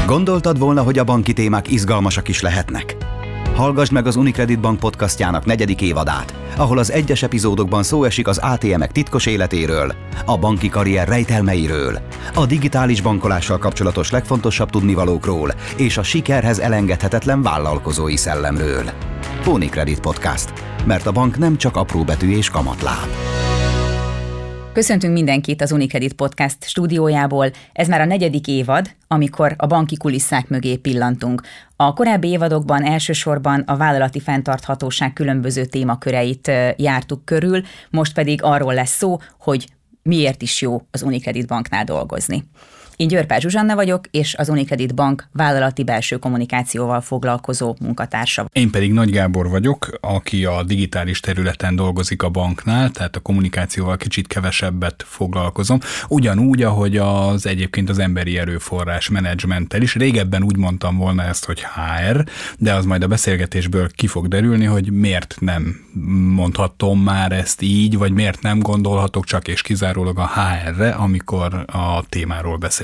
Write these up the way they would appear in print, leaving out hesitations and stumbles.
Gondoltad volna, hogy a banki témák izgalmasak is lehetnek? Hallgassd meg az Unicredit Bank podcastjának 4. évadát, ahol az egyes epizódokban szó esik az ATM-ek titkos életéről, a banki karrier rejtelmeiről, a digitális bankolással kapcsolatos legfontosabb tudnivalókról és a sikerhez elengedhetetlen vállalkozói szellemről. Unicredit Podcast, mert a bank nem csak apróbetű és kamatláb. Köszöntünk mindenkit az Unicredit Podcast stúdiójából. Ez már a 4. évad, amikor a banki kulisszák mögé pillantunk. A korábbi évadokban elsősorban a vállalati fenntarthatóság különböző témaköreit jártuk körül, most pedig arról lesz szó, hogy miért is jó az Unicredit Banknál dolgozni. Én Györpár Zsuzsanna vagyok, és az Unicredit Bank vállalati belső kommunikációval foglalkozó munkatársa. Én pedig Nagy Gábor vagyok, aki a digitális területen dolgozik a banknál, tehát a kommunikációval kicsit kevesebbet foglalkozom. Ugyanúgy, ahogy egyébként az emberi erőforrás menedzsmenttel is. Régebben úgy mondtam volna ezt, hogy HR, de az majd a beszélgetésből ki fog derülni, hogy miért nem mondhatom már ezt így, vagy miért nem gondolhatok csak és kizárólag a HR-re, amikor a témáról beszélgetünk.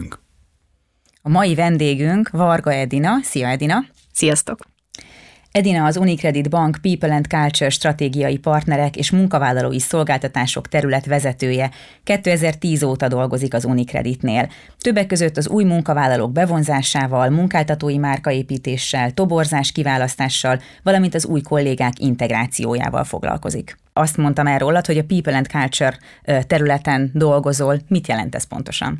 A mai vendégünk Varga Edina. Szia, Edina! Sziasztok! Edina az Unicredit Bank People and Culture stratégiai partnerek és munkavállalói szolgáltatások terület vezetője. 2010 óta dolgozik az Unicreditnél. Többek között az új munkavállalók bevonzásával, munkáltatói márkaépítéssel, toborzás kiválasztással, valamint az új kollégák integrációjával foglalkozik. Azt mondtam el rólad, hogy a People and Culture területen dolgozol. Mit jelent ez pontosan?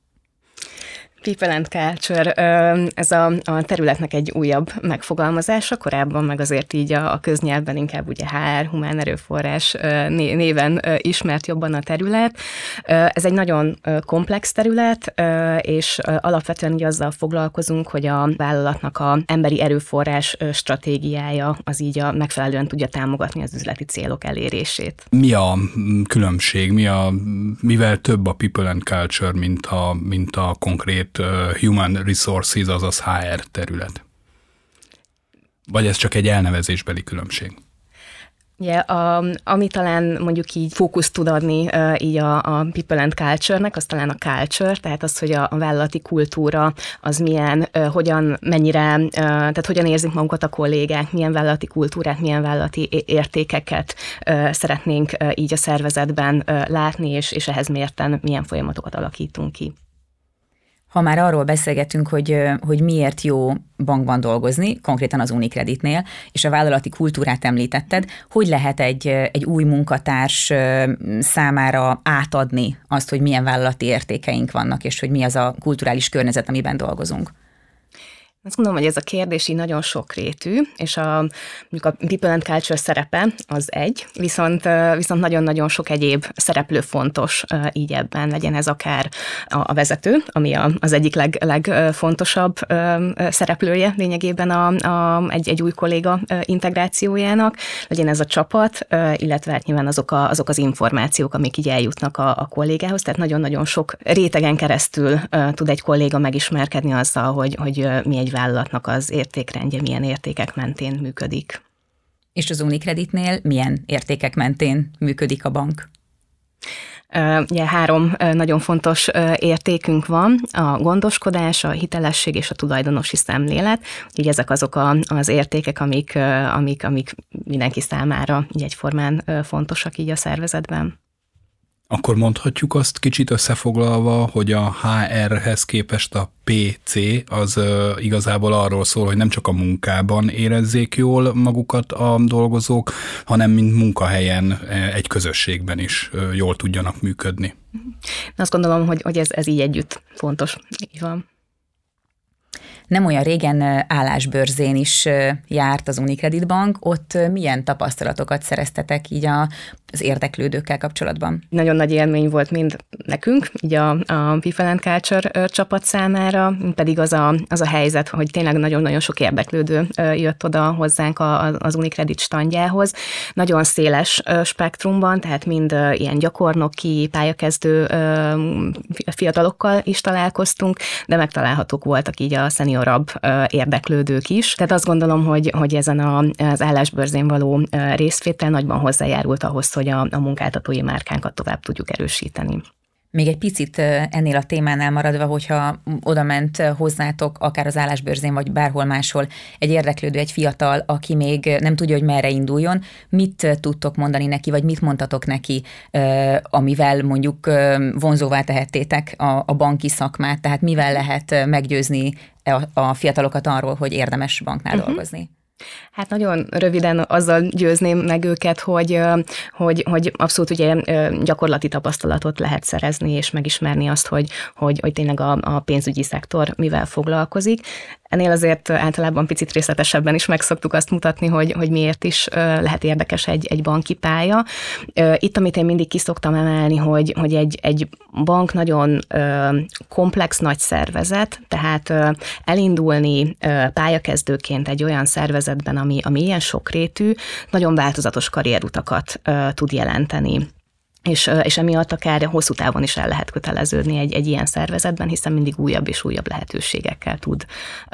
People and Culture, ez a területnek egy újabb megfogalmazása, korábban meg azért így a köznyelvben inkább ugye HR, humán erőforrás néven ismert jobban a terület. Ez egy nagyon komplex terület, és alapvetően így azzal foglalkozunk, hogy a vállalatnak a emberi erőforrás stratégiája az így megfelelően tudja támogatni az üzleti célok elérését. Mi a különbség, mivel több a People and Culture, mint a konkrét Human Resources, azaz HR terület? Vagy ez csak egy elnevezésbeli különbség? Ugye, ami talán mondjuk így fókuszt tud adni így a People and Culture-nek, az talán a culture, tehát az, hogy a vállalati kultúra az milyen, tehát hogyan érzik magukat a kollégák, milyen vállalati kultúrát, milyen vállalati értékeket szeretnénk így a szervezetben látni, és ehhez mérten milyen folyamatokat alakítunk ki. Ha már arról beszélgetünk, hogy miért jó bankban dolgozni, konkrétan az Unicreditnél, és a vállalati kultúrát említetted, hogy lehet egy új munkatárs számára átadni azt, hogy milyen vállalati értékeink vannak, és hogy mi az a kulturális környezet, amiben dolgozunk? Azt gondolom, hogy ez a kérdés így nagyon sokrétű, és mondjuk a People and Culture szerepe az egy, viszont nagyon-nagyon sok egyéb szereplő fontos így ebben, legyen ez akár a vezető, ami az egyik legfontosabb szereplője lényegében egy új kolléga integrációjának, legyen ez a csapat, illetve nyilván azok az információk, amik így eljutnak a kollégához, tehát nagyon-nagyon sok rétegen keresztül tud egy kolléga megismerkedni azzal, hogy mi egy vállalatnak az értékrendje, milyen értékek mentén működik. És az Unicreditnél milyen értékek mentén működik a bank? Ugye 3 nagyon fontos értékünk van, a gondoskodás, a hitelesség és a tulajdonosi szemlélet. Így ezek azok az értékek, amik mindenki számára így egyformán fontosak így a szervezetben. Akkor mondhatjuk azt kicsit összefoglalva, hogy a HR-hez képest a PC az igazából arról szól, hogy nem csak a munkában érezzék jól magukat a dolgozók, hanem mint munkahelyen egy közösségben is jól tudjanak működni. Azt gondolom, hogy ez így együtt fontos. Így van. Nem olyan régen állásbörzén is járt az Unicredit Bank, ott milyen tapasztalatokat szereztetek így az érdeklődőkkel kapcsolatban? Nagyon nagy élmény volt mind nekünk, így a People and Culture csapat számára, pedig az a helyzet, hogy tényleg nagyon-nagyon sok érdeklődő jött oda hozzánk az Unicredit standjához. Nagyon széles spektrumban, tehát mind ilyen gyakornoki, pályakezdő fiatalokkal is találkoztunk, de megtalálhatók voltak így a szeniorabb érdeklődők is. Tehát azt gondolom, hogy ezen az állásbörzén való részvétel nagyban hozzájárult ahhoz, hogy a munkáltatói márkánkat tovább tudjuk erősíteni. Még egy picit ennél a témánál maradva, hogyha odament hozzátok, akár az állásbörzén, vagy bárhol máshol egy érdeklődő, egy fiatal, aki még nem tudja, hogy merre induljon, mit tudtok mondani neki, vagy mit mondtatok neki, amivel mondjuk vonzóvá tehettétek a banki szakmát, tehát mivel lehet meggyőzni a fiatalokat arról, hogy érdemes banknál dolgozni? Hát nagyon röviden azzal győzném meg őket, hogy abszolút ugye gyakorlati tapasztalatot lehet szerezni, és megismerni azt, hogy tényleg a pénzügyi szektor mivel foglalkozik. Ennél azért általában picit részletesebben is meg szoktuk azt mutatni, hogy miért is lehet érdekes egy banki pálya. Itt, amit én mindig ki szoktam emelni, hogy egy bank nagyon komplex nagy szervezet, tehát elindulni pályakezdőként egy olyan szervezetben, ami ilyen sokrétű, nagyon változatos karrierutakat tud jelenteni. És emiatt akár hosszú távon is el lehet köteleződni egy ilyen szervezetben, hiszen mindig újabb és újabb lehetőségekkel tud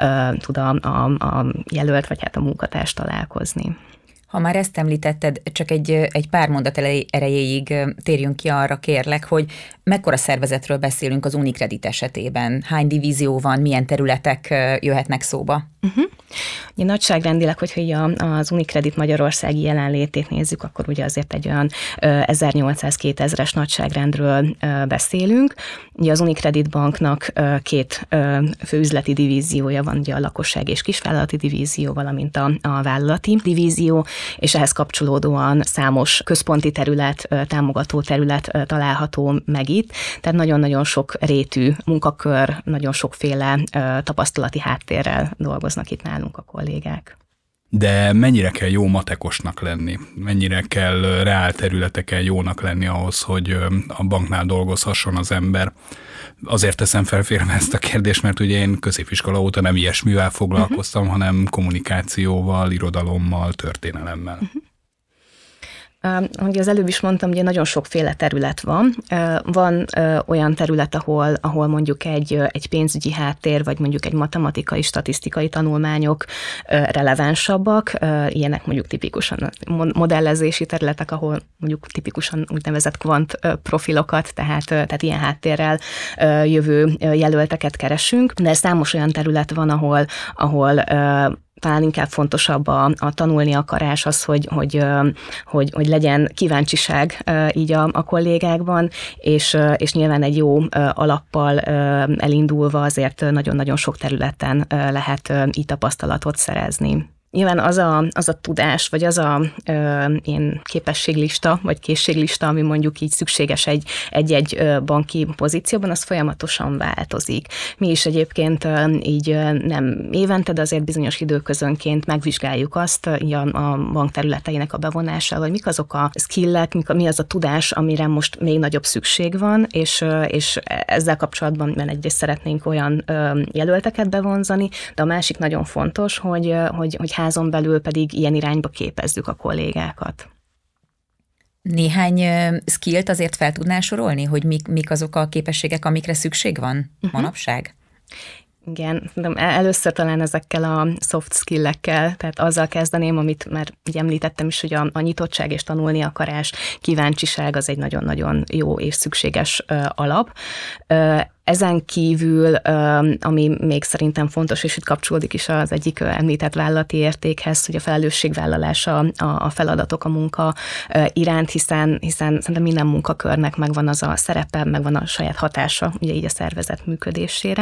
a jelölt, vagy hát a munkatárs találkozni. Ha már ezt említetted, csak egy pár mondat erejéig térjünk ki arra, kérlek, hogy mekkora szervezetről beszélünk az UniCredit esetében? Hány divízió van, milyen területek jöhetnek szóba? Ugye nagyságrendileg, hogyha az UniCredit magyarországi jelenlétét nézzük, akkor ugye azért egy olyan 1800-2000-es nagyságrendről beszélünk. Ugye az UniCredit banknak két főüzleti divíziója van, ugye a lakosság és kisvállalati divízió, valamint a vállalati divízió, és ehhez kapcsolódóan számos központi terület, támogató terület található meg itt. Tehát nagyon-nagyon sok rétű munkakör, nagyon sokféle tapasztalati háttérrel dolgoznak itt nálunk a kollégák. De mennyire kell jó matekosnak lenni? Mennyire kell reál területeken jónak lenni ahhoz, hogy a banknál dolgozhasson az ember? Azért teszem fel félre ezt a kérdést, mert ugye én középiskola óta nem ilyesmivel foglalkoztam, hanem kommunikációval, irodalommal, történelemmel. Ahogy az előbb is mondtam, ugye nagyon sokféle terület van. Van olyan terület, ahol mondjuk egy pénzügyi háttér, vagy mondjuk egy matematikai, statisztikai tanulmányok relevánsabbak. Ilyenek mondjuk tipikusan modellezési területek, ahol mondjuk tipikusan úgynevezett kvant profilokat, tehát ilyen háttérrel jövő jelölteket keresünk. De számos olyan terület van, ahol talán inkább fontosabb a tanulni akarás az, hogy legyen kíváncsiság így a kollégákban, és nyilván egy jó alappal elindulva azért nagyon-nagyon sok területen lehet így tapasztalatot szerezni. Nyilván az a tudás, vagy az a ilyen képességlista, vagy készséglista, ami mondjuk így szükséges egy banki pozícióban, az folyamatosan változik. Mi is egyébként így nem évente, de azért bizonyos időközönként megvizsgáljuk azt a bank területeinek a bevonásával, hogy mik azok a skillek, mi az a tudás, amire most még nagyobb szükség van, és ezzel kapcsolatban egyrészt szeretnénk olyan jelölteket bevonzani, de a másik nagyon fontos, hogy házon belül pedig ilyen irányba képezzük a kollégákat. Néhány skillt azért fel tudnál sorolni, hogy mik azok a képességek, amikre szükség van manapság? Igen, először talán ezekkel a soft skill-ekkel, tehát azzal kezdeném, amit már ugye említettem is, hogy a nyitottság és tanulni akarás, kíváncsiság az egy nagyon-nagyon jó és szükséges alap. Ezen kívül, ami még szerintem fontos, és itt kapcsolódik is az egyik említett vállalati értékhez, hogy a felelősségvállalása, a feladatok, a munka iránt, hiszen szerintem minden munkakörnek megvan az a szerepe, megvan a saját hatása, ugye így a szervezet működésére.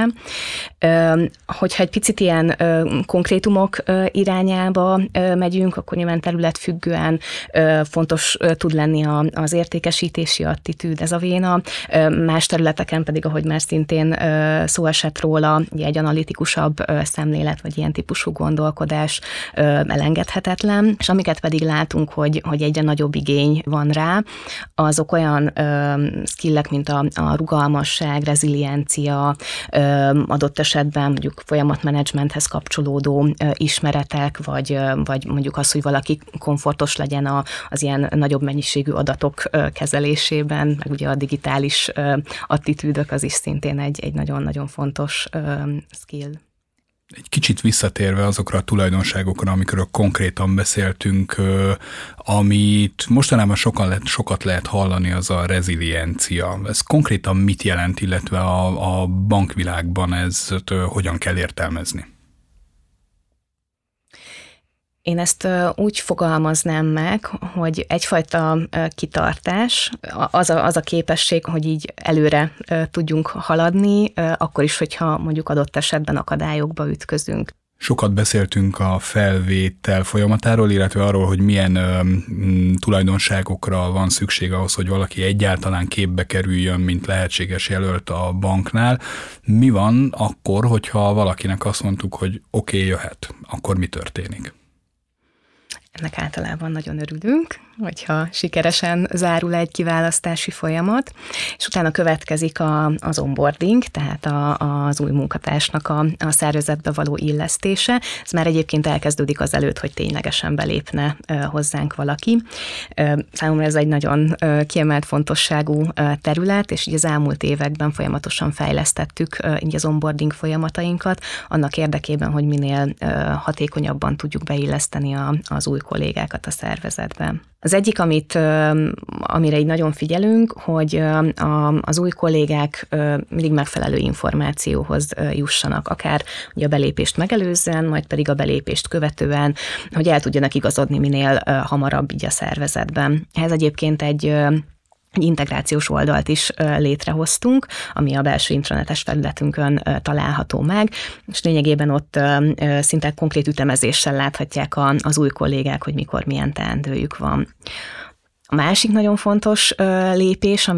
Hogyha egy picit ilyen konkrétumok irányába megyünk, akkor nyilván területfüggően fontos tud lenni az értékesítési attitűd, ez a véna. Más területeken pedig, ahogy már szintén szó esett róla, egy analitikusabb szemlélet, vagy ilyen típusú gondolkodás elengedhetetlen, és amiket pedig látunk, hogy egyre nagyobb igény van rá, azok olyan skillek, mint a rugalmasság, reziliencia, adott esetben mondjuk folyamatmenedzsmenthez kapcsolódó ismeretek, vagy mondjuk az, hogy valaki komfortos legyen az ilyen nagyobb mennyiségű adatok kezelésében, meg ugye a digitális attitűdök, az is szintén egy nagyon-nagyon fontos skill. Egy kicsit visszatérve azokra a tulajdonságokra, amikről konkrétan beszéltünk, amit mostanában sokat lehet hallani, az a reziliencia. Ez konkrétan mit jelent, illetve a bankvilágban ezt hogyan kell értelmezni? Én ezt úgy fogalmaznám meg, hogy egyfajta kitartás, az a képesség, hogy így előre tudjunk haladni, akkor is, hogyha mondjuk adott esetben akadályokba ütközünk. Sokat beszéltünk a felvétel folyamatáról, illetve arról, hogy milyen tulajdonságokra van szükség ahhoz, hogy valaki egyáltalán képbe kerüljön, mint lehetséges jelölt a banknál. Mi van akkor, hogyha valakinek azt mondtuk, hogy oké, jöhet, akkor mi történik? Ennek általában nagyon örülünk, hogyha sikeresen zárul egy kiválasztási folyamat, és utána következik az onboarding, tehát az új munkatársnak a szervezetbe való illesztése. Ez már egyébként elkezdődik azelőtt, hogy ténylegesen belépne hozzánk valaki. Számomra ez egy nagyon kiemelt fontosságú terület, és így az elmúlt években folyamatosan fejlesztettük így az onboarding folyamatainkat, annak érdekében, hogy minél hatékonyabban tudjuk beilleszteni az új kollégákat a szervezetben. Az egyik, amire így nagyon figyelünk, hogy az új kollégák mindig megfelelő információhoz jussanak, akár ugye a belépést megelőzően, majd pedig a belépést követően, hogy el tudjanak igazodni minél hamarabb így a szervezetben. Ehhez egyébként egy integrációs oldalt is létrehoztunk, ami a belső intranetes felületünkön található meg, és lényegében ott szinte konkrét ütemezéssel láthatják az új kollégák, hogy mikor milyen teendőjük van. A másik nagyon fontos lépés,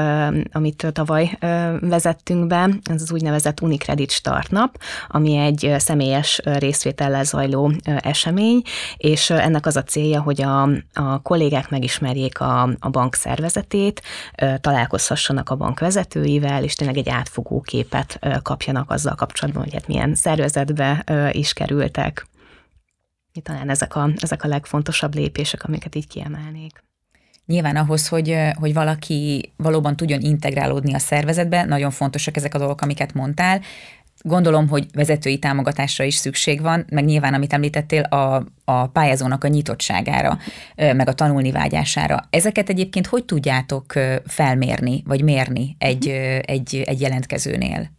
amit tavaly vezettünk be, ez az úgynevezett UniCredit Startnap, ami egy személyes részvétellel zajló esemény, és ennek az a célja, hogy a kollégák megismerjék a bank szervezetét, találkozhassanak a bank vezetőivel, és tényleg egy átfogó képet kapjanak azzal kapcsolatban, hogy hát milyen szervezetbe is kerültek. Talán ezek a legfontosabb lépések, amiket így kiemelnék. Nyilván ahhoz, hogy valaki valóban tudjon integrálódni a szervezetbe, nagyon fontosak ezek a dolgok, amiket mondtál. Gondolom, hogy vezetői támogatásra is szükség van, meg nyilván, amit említettél, a pályázónak a nyitottságára, meg a tanulni vágyására. Ezeket egyébként hogy tudjátok felmérni, vagy mérni egy jelentkezőnél?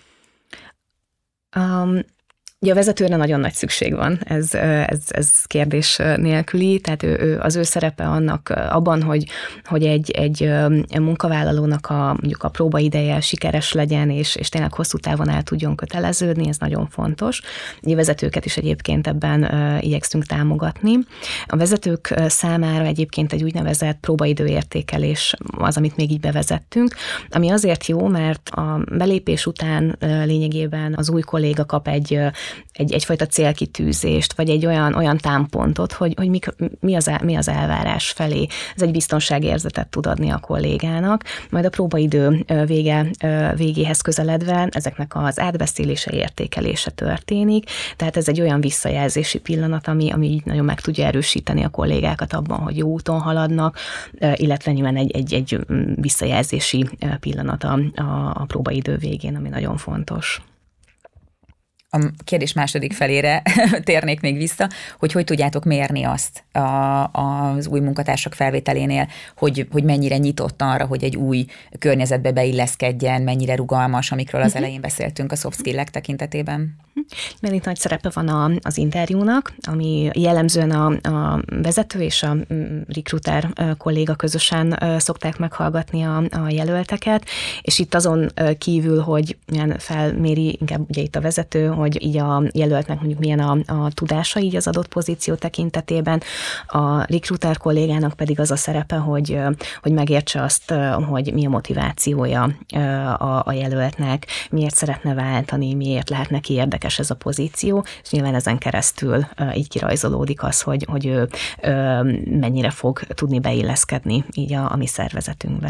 Ugye a vezetőre nagyon nagy szükség van, ez kérdés nélküli, tehát az ő szerepe annak abban, hogy egy munkavállalónak mondjuk a próbaideje sikeres legyen, és tényleg hosszú távon el tudjon köteleződni, ez nagyon fontos. A vezetőket is egyébként ebben igyekszünk támogatni. A vezetők számára egyébként egy úgynevezett próbaidőértékelés az, amit még így bevezettünk, ami azért jó, mert a belépés után lényegében az új kolléga kap egyfajta célkitűzést, vagy egy olyan támpontot, hogy mi az elvárás felé. Ez egy biztonságérzetet tud adni a kollégának, majd a próbaidő végéhez közeledve ezeknek az átbeszélése, értékelése történik, tehát ez egy olyan visszajelzési pillanat, ami így nagyon meg tudja erősíteni a kollégákat abban, hogy jó úton haladnak, illetve nyilván egy visszajelzési pillanat a próbaidő végén, ami nagyon fontos. A kérdés második felére térnék még vissza, hogy tudjátok mérni azt az új munkatársak felvételénél, hogy mennyire nyitott arra, hogy egy új környezetbe beilleszkedjen, mennyire rugalmas, amikről az elején beszéltünk a soft skill-ek tekintetében? Mert itt nagy szerepe van az interjúnak, ami jellemzően a vezető és a recruiter kolléga közösen szokták meghallgatni a jelölteket, és itt azon kívül, hogy felméri inkább ugye itt a vezető, hogy így a jelöltnek mondjuk milyen a tudása így az adott pozíció tekintetében, a recruiter kollégának pedig az a szerepe, hogy megértse azt, hogy mi a motivációja a jelöltnek, miért szeretne váltani, miért lehet neki érdekes ez a pozíció, és nyilván ezen keresztül így kirajzolódik az, hogy ő mennyire fog tudni beilleszkedni így a mi szervezetünkben.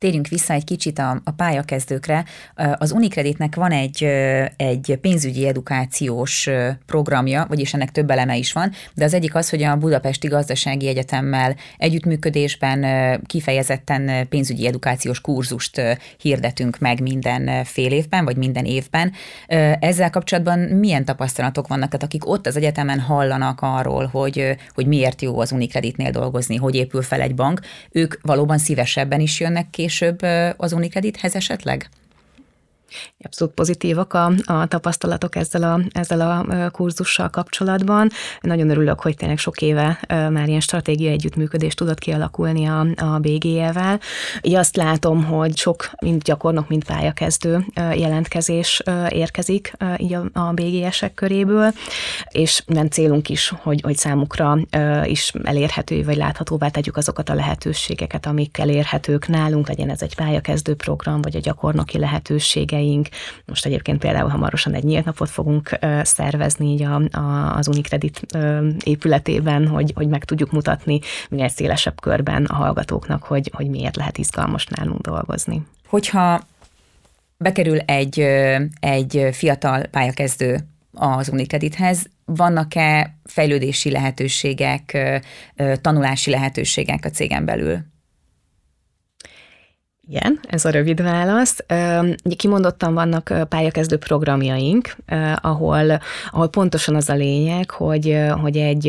Térjünk vissza egy kicsit a pályakezdőkre. Az UniCreditnek van egy pénzügyi edukációs programja, vagyis ennek több eleme is van, de az egyik az, hogy a Budapesti Gazdasági Egyetemmel együttműködésben kifejezetten pénzügyi edukációs kurzust hirdetünk meg minden fél évben, vagy minden évben. Ezzel kapcsolatban milyen tapasztalatok vannak, tehát akik ott az egyetemen hallanak arról, hogy miért jó az UniCreditnél dolgozni, hogy épül fel egy bank, ők valóban szívesebben is jönnek később az UniCredithez esetleg? Abszolút pozitívak a tapasztalatok ezzel a kurzussal kapcsolatban. Nagyon örülök, hogy tényleg sok éve már ilyen stratégiai együttműködés tudott kialakulni a BGE-vel. Így azt látom, hogy sok mind gyakornok, mind pályakezdő jelentkezés érkezik így a BGE-sek köréből, és nem célunk is, hogy számukra is elérhető vagy láthatóvá tegyük azokat a lehetőségeket, amik elérhetők nálunk, legyen ez egy pályakezdő program, vagy a gyakornoki lehetőségeink. Most egyébként például hamarosan egy nyílt napot fogunk szervezni így az UniCredit épületében, hogy meg tudjuk mutatni minél szélesebb körben a hallgatóknak, hogy miért lehet izgalmas nálunk dolgozni. Hogyha bekerül egy fiatal pályakezdő az UniCredithez, vannak-e fejlődési lehetőségek, tanulási lehetőségek a cégen belül? Igen, ez a rövid válasz. Kimondottan vannak pályakezdő programjaink, ahol pontosan az a lényeg, hogy egy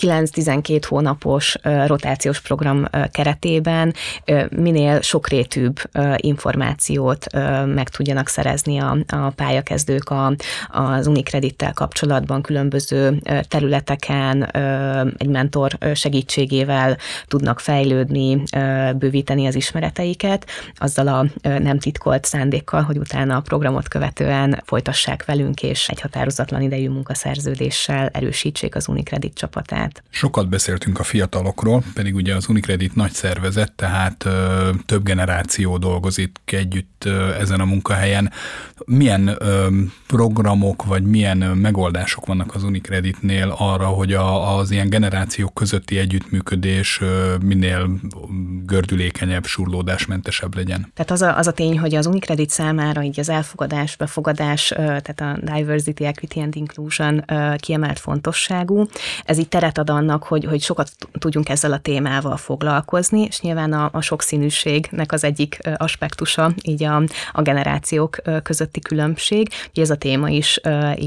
9-12 hónapos rotációs program keretében minél sokrétűbb információt meg tudjanak szerezni a pályakezdők az UniCredittel kapcsolatban, különböző területeken egy mentor segítségével tudnak fejlődni, bővíteni az ismereteiket, azzal a nem titkolt szándékkal, hogy utána a programot követően folytassák velünk, és egy határozatlan idejű munkaszerződéssel erősítsék az UniCredit csapatát. Sokat beszéltünk a fiatalokról, pedig ugye az UniCredit nagy szervezet, tehát több generáció dolgozik együtt ezen a munkahelyen. Milyen programok, vagy milyen megoldások vannak az UniCreditnél arra, hogy az ilyen generációk közötti együttműködés minél gördülékenyebb, surlódásmentesebb legyen? Tehát az a tény, hogy az UniCredit számára így az elfogadás, befogadás, tehát a diversity, equity and inclusion kiemelt fontosságú. Ez így teret ad annak, hogy sokat tudjunk ezzel a témával foglalkozni, és nyilván a sokszínűségnek az egyik aspektusa így a generációk közötti különbség. Ugye ez a téma is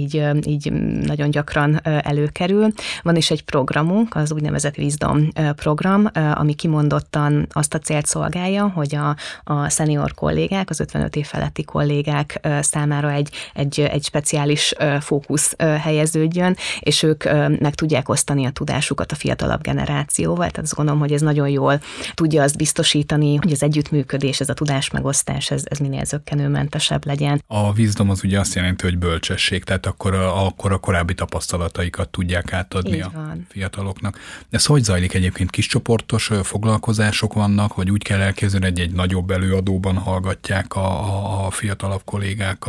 így nagyon gyakran előkerül. Van is egy programunk, az úgynevezett Wisdom program, ami kimondottan azt a célt szolgálja, hogy a senior kollégák, az 55 év feletti kollégák számára egy speciális fókusz helyeződjön, és ők meg tudják osztani a tudásukat a fiatalabb generációval. Tehát azt gondolom, hogy ez nagyon jól tudja azt biztosítani, hogy az együttműködés, ez a tudásmegosztás, ez minél zökkenőmentesebb legyen. A wisdom az ugye azt jelenti, hogy bölcsesség, tehát akkor a korábbi tapasztalataikat tudják átadni a fiataloknak. Ez hogy zajlik egyébként? Kiscsoportos foglalkozások vannak, vagy úgy kell elképzelni, hogy egy nagyobb előadóban hallgatják a fiatalabb kollégák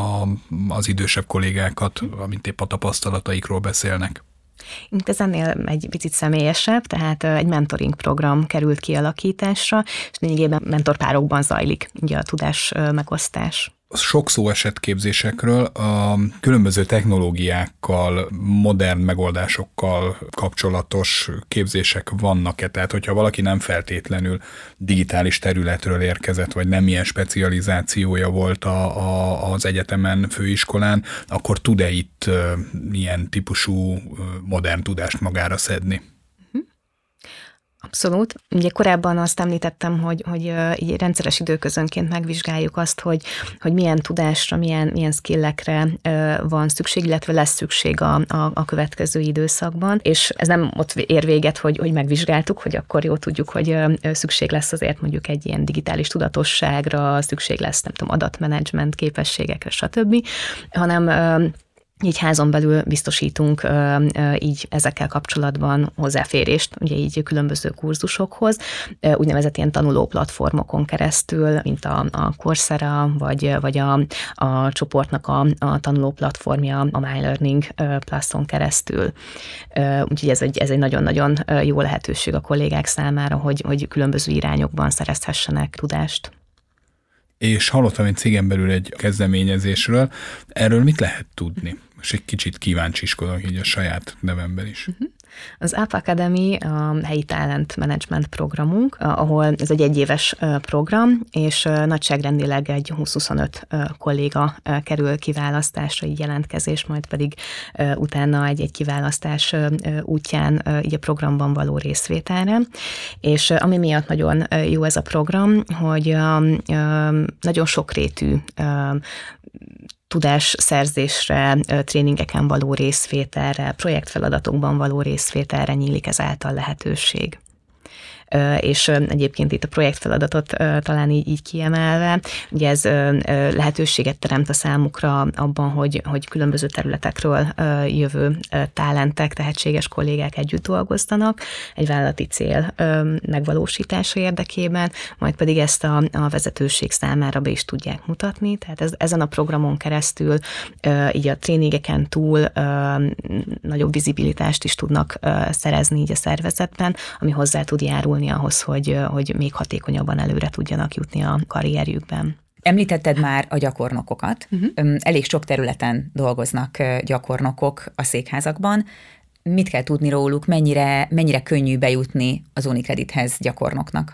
az idősebb kollégákat, amint épp a tapasztalataikról beszélnek? Ez ennél egy picit személyesebb, tehát egy mentoring program került kialakításra, és lényegében mentorpárokban zajlik ugye a tudás megosztás. Sok szó esett képzésekről, a különböző technológiákkal, modern megoldásokkal kapcsolatos képzések vannak-e? Tehát, hogyha valaki nem feltétlenül digitális területről érkezett, vagy nem ilyen specializációja volt az egyetemen, főiskolán, akkor tud-e itt ilyen típusú modern tudást magára szedni? Abszolút. Ugye korábban azt említettem, hogy így rendszeres időközönként megvizsgáljuk azt, hogy milyen tudásra, milyen skillekre van szükség, illetve lesz szükség a következő időszakban, és ez nem ott ér véget, hogy megvizsgáltuk, hogy akkor jó tudjuk, hogy szükség lesz azért mondjuk egy ilyen digitális tudatosságra, szükség lesz, nem tudom, adatmenedzsment képességekre, stb., hanem így házon belül biztosítunk így ezekkel kapcsolatban hozzáférést, ugye így különböző kurzusokhoz, úgynevezett ilyen tanuló platformokon keresztül, mint a Coursera, vagy a csoportnak a tanuló platformja, a My Learning Plus-on keresztül. Úgyhogy ez egy nagyon-nagyon jó lehetőség a kollégák számára, hogy különböző irányokban szerezhessenek tudást. És hallottam egy cégen belül egy kezdeményezésről, erről mit lehet tudni? Most egy kicsit kíváncsiskodok így a saját nevemben is. Az Up Academy a helyi talent management programunk, ahol ez egy egyéves program, és nagyságrendileg egy 20-25 kolléga kerül kiválasztásra, így jelentkezés, majd pedig utána egy kiválasztás útján így a programban való részvételre. És ami miatt nagyon jó ez a program, hogy nagyon sokrétű tudásszerzésre, tréningeken való részvételre, projektfeladatokban való részvételre nyílik ezáltal lehetőség. És egyébként itt a projektfeladatot talán így kiemelve, ugye ez lehetőséget teremt a számukra abban, hogy különböző területekről jövő talentek, tehetséges kollégák együtt dolgozzanak egy vállalati cél megvalósítása érdekében, majd pedig ezt a vezetőség számára be is tudják mutatni. Tehát ezen a programon keresztül így a tréningeken túl nagyobb vizibilitást is tudnak szerezni így a szervezetben, ami hozzá tud járulni ahhoz, hogy még hatékonyabban előre tudjanak jutni a karrierjükben. Említetted már a gyakornokokat. Elég sok területen dolgoznak gyakornokok a székházakban. Mit kell tudni róluk, mennyire könnyű bejutni az UniCredithez gyakornoknak?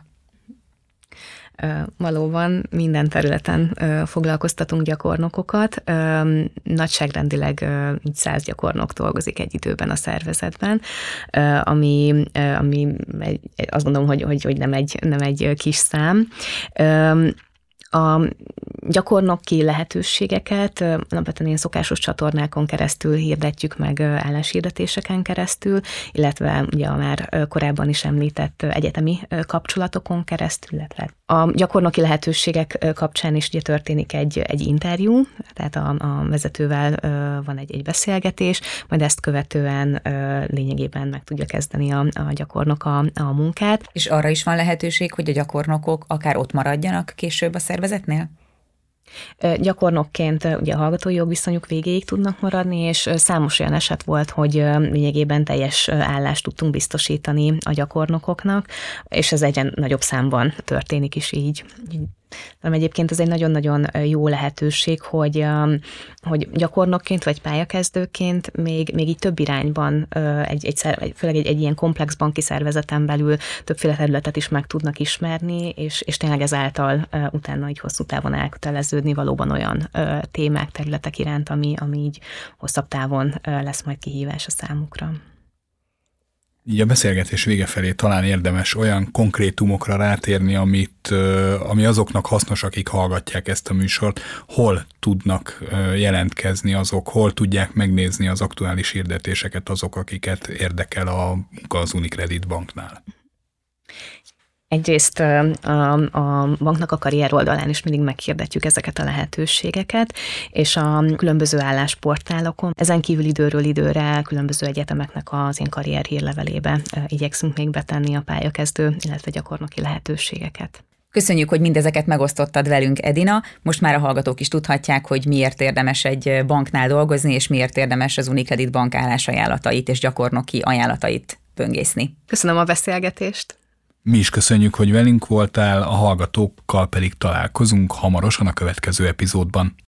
Valóban minden területen foglalkoztatunk gyakornokokat. Nagyságrendileg 100 gyakornok dolgozik egy időben a szervezetben, ami azt gondolom, hogy nem egy kis szám. A gyakornoki lehetőségeket alapvetően ilyen szokásos csatornákon keresztül hirdetjük meg, álláshirdetéseken keresztül, illetve ugye a már korábban is említett egyetemi kapcsolatokon keresztül, illetve a gyakornoki lehetőségek kapcsán is ugye történik egy interjú, tehát a vezetővel van egy beszélgetés, majd ezt követően lényegében meg tudja kezdeni a gyakornok a munkát. És arra is van lehetőség, hogy a gyakornokok akár ott maradjanak később a szervezetnél? Gyakornokként ugye a hallgatói jogviszonyuk végéig tudnak maradni, és számos olyan eset volt, hogy lényegében teljes állást tudtunk biztosítani a gyakornokoknak, és ez egyre nagyobb számban történik is így. Egyébként ez egy nagyon-nagyon jó lehetőség, hogy gyakornokként vagy pályakezdőként még így több irányban, főleg egy ilyen komplex banki szervezeten belül többféle területet is meg tudnak ismerni, és tényleg ezáltal utána így hosszú távon elköteleződni valóban olyan témák, területek iránt, ami így hosszabb távon lesz majd kihívás a számukra. Így a beszélgetés vége felé talán érdemes olyan konkrétumokra rátérni, ami azoknak hasznos, akik hallgatják ezt a műsort, hol tudnak jelentkezni azok, hol tudják megnézni az aktuális hirdetéseket azok, akiket érdekel az UniCredit banknál. Egyrészt a banknak a karrier oldalán is mindig meghirdetjük ezeket a lehetőségeket, és a különböző állásportálokon, ezen kívül időről időre különböző egyetemeknek az ilyen karrier hírlevelébe igyekszünk még betenni a pályakezdő, illetve gyakornoki lehetőségeket. Köszönjük, hogy mindezeket megosztottad velünk, Edina. Most már a hallgatók is tudhatják, hogy miért érdemes egy banknál dolgozni, és miért érdemes az UniCredit bank állásajánlatait és gyakornoki ajánlatait böngészni. Köszönöm a beszélgetést! Mi is köszönjük, hogy velünk voltál, a hallgatókkal pedig találkozunk hamarosan a következő epizódban.